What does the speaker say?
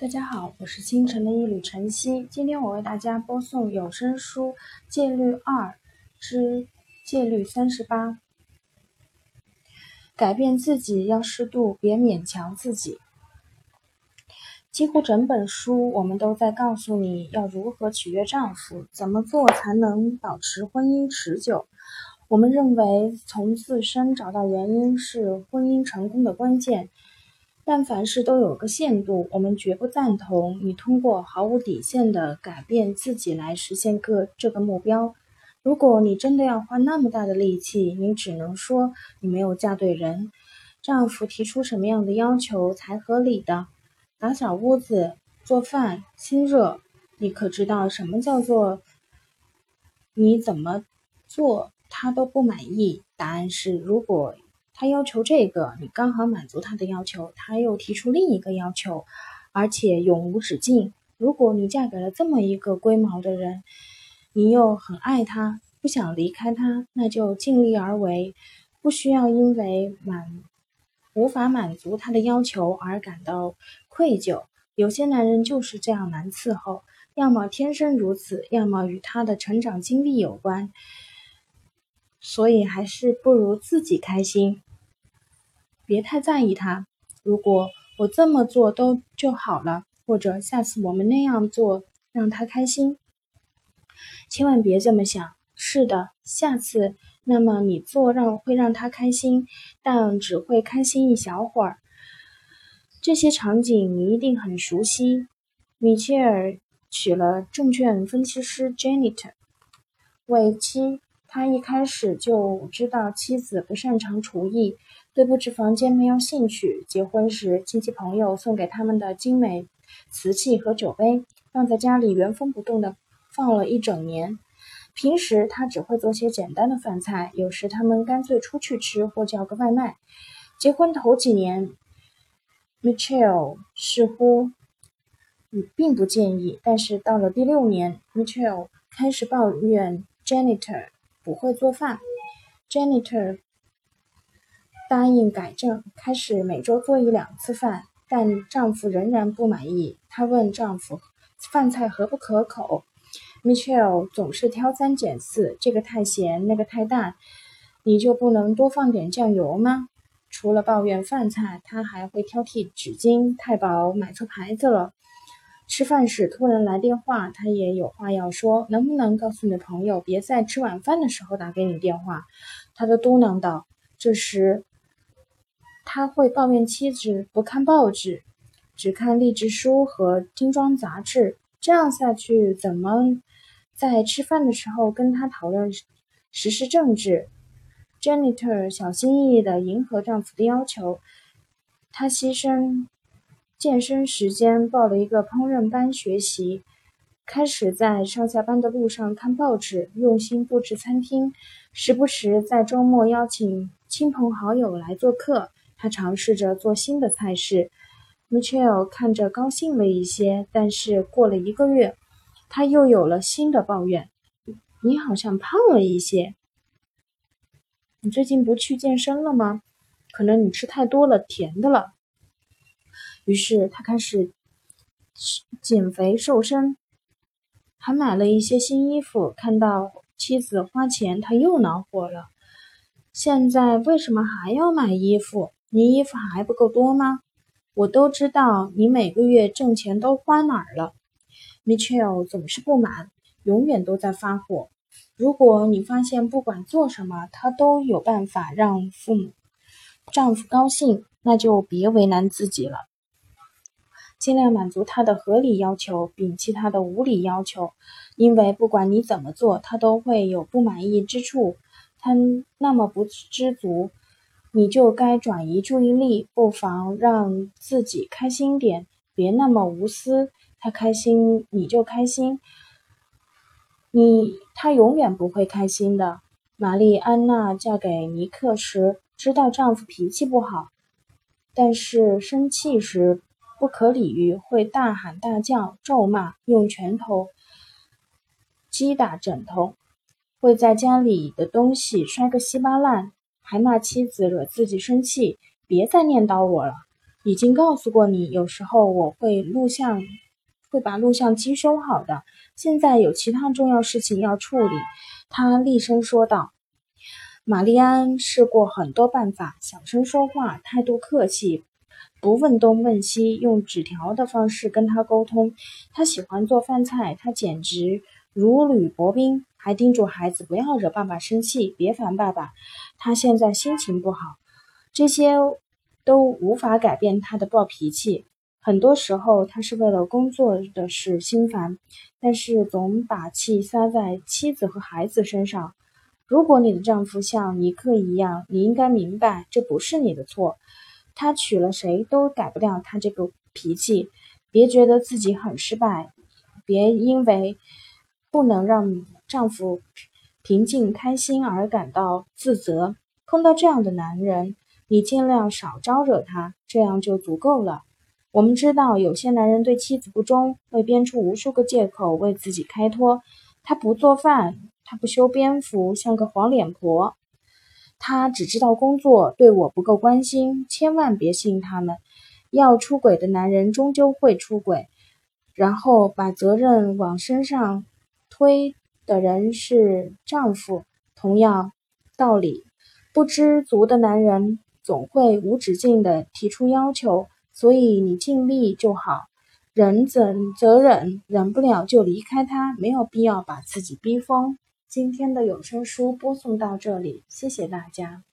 大家好，我是清晨的一缕晨曦。今天我为大家播送有声书《戒律2之戒律38》。改变自己要适度，别勉强自己。几乎整本书我们都在告诉你要如何取悦丈夫，怎么做才能保持婚姻持久。我们认为从自身找到原因是婚姻成功的关键，但凡事都有个限度，我们绝不赞同你通过毫无底线的改变自己来实现这个目标。如果你真的要花那么大的力气，你只能说你没有嫁对人。丈夫提出什么样的要求才合理的？打扫屋子、做饭、亲热，你可知道什么叫做你怎么做他都不满意？答案是，如果他要求这个，你刚好满足他的要求，他又提出另一个要求，而且永无止境。如果你嫁给了这么一个龟毛的人，你又很爱他，不想离开他，那就尽力而为，不需要因为无法满足他的要求而感到愧疚。有些男人就是这样难伺候，要么天生如此，要么与他的成长经历有关，所以还是不如自己开心，别太在意他。如果我这么做就好了，或者下次我们那样做让他开心，千万别这么想。是的，下次那么你做会让他开心，但只会开心一小会儿。这些场景你一定很熟悉。米切尔娶了证券分析师 Janet 为妻，他一开始就知道妻子不擅长厨艺，对布置房间没有兴趣。结婚时，亲戚朋友送给他们的精美瓷器和酒杯放在家里原封不动地放了一整年。平时他只会做些简单的饭菜，有时他们干脆出去吃或叫个外卖。结婚头几年 Michelle 似乎并不介意，但是到了第6年 Michelle 开始抱怨 Janet 不会做饭。Janet 答应改正，开始每周做1-2次饭，但丈夫仍然不满意。她问丈夫饭菜合不可口， Michelle 总是挑三拣四，这个太咸，那个太淡，你就不能多放点酱油吗？除了抱怨饭菜，她还会挑剔纸巾太薄，买错牌子了。吃饭时突然来电话，她也有话要说，能不能告诉你朋友别在吃晚饭的时候打给你电话？她都嘟囔道。这时他会抱怨妻子不看报纸，只看励志书和精装杂志。这样下去，怎么在吃饭的时候跟他讨论时事政治？Janet 小心翼翼地迎合丈夫的要求，她牺牲健身时间报了一个烹饪班学习，开始在上下班的路上看报纸，用心布置餐厅，时不时在周末邀请亲朋好友来做客。她尝试着做新的菜式。Michelle 看着高兴了一些，但是过了1个月，她又有了新的抱怨。你好像胖了一些。你最近不去健身了吗？可能你吃太多了甜的了。于是她开始减肥瘦身，还买了一些新衣服。看到妻子花钱，他又恼火了。现在为什么还要买衣服？你衣服还不够多吗？我都知道你每个月挣钱都花哪儿了。Michelle 总是不满，永远都在发火。如果你发现不管做什么，她都有办法让丈夫高兴，那就别为难自己了。尽量满足他的合理要求，摒弃他的无理要求，因为不管你怎么做，他都会有不满意之处。他那么不知足，你就该转移注意力，不妨让自己开心点，别那么无私。他开心你就开心，他永远不会开心的。玛丽安娜嫁给尼克时，知道丈夫脾气不好，但是生气时不可理喻，会大喊大叫、咒骂，用拳头击打枕头，会在家里的东西摔个稀巴烂，还骂妻子惹自己生气，别再念叨我了。 已经告诉过你，有时候我会把录像机收好的。现在有其他重要事情要处理。他厉声说道。玛丽安试过很多办法，小声说话，态度客气，不问东问西，用纸条的方式跟他沟通。他喜欢做饭菜，他简直如履薄冰，还叮嘱孩子不要惹爸爸生气，别烦爸爸。他现在心情不好，这些都无法改变他的暴脾气。很多时候他是为了工作的事心烦，但是总把气撒在妻子和孩子身上。如果你的丈夫像尼克一样，你应该明白这不是你的错。他娶了谁都改不掉他这个脾气。别觉得自己很失败，别因为不能让丈夫平静开心而感到自责。碰到这样的男人，你尽量少招惹他，这样就足够了。我们知道有些男人对妻子不忠，会编出无数个借口为自己开脱。他不做饭，他不修边幅，像个黄脸婆。他只知道工作，对我不够关心。千万别信他们。要出轨的男人终究会出轨，然后把责任往身上推的人是丈夫。同样道理，不知足的男人总会无止境地提出要求，所以你尽力就好。忍则忍，忍不了就离开他，没有必要把自己逼疯。今天的有声书播送到这里，谢谢大家。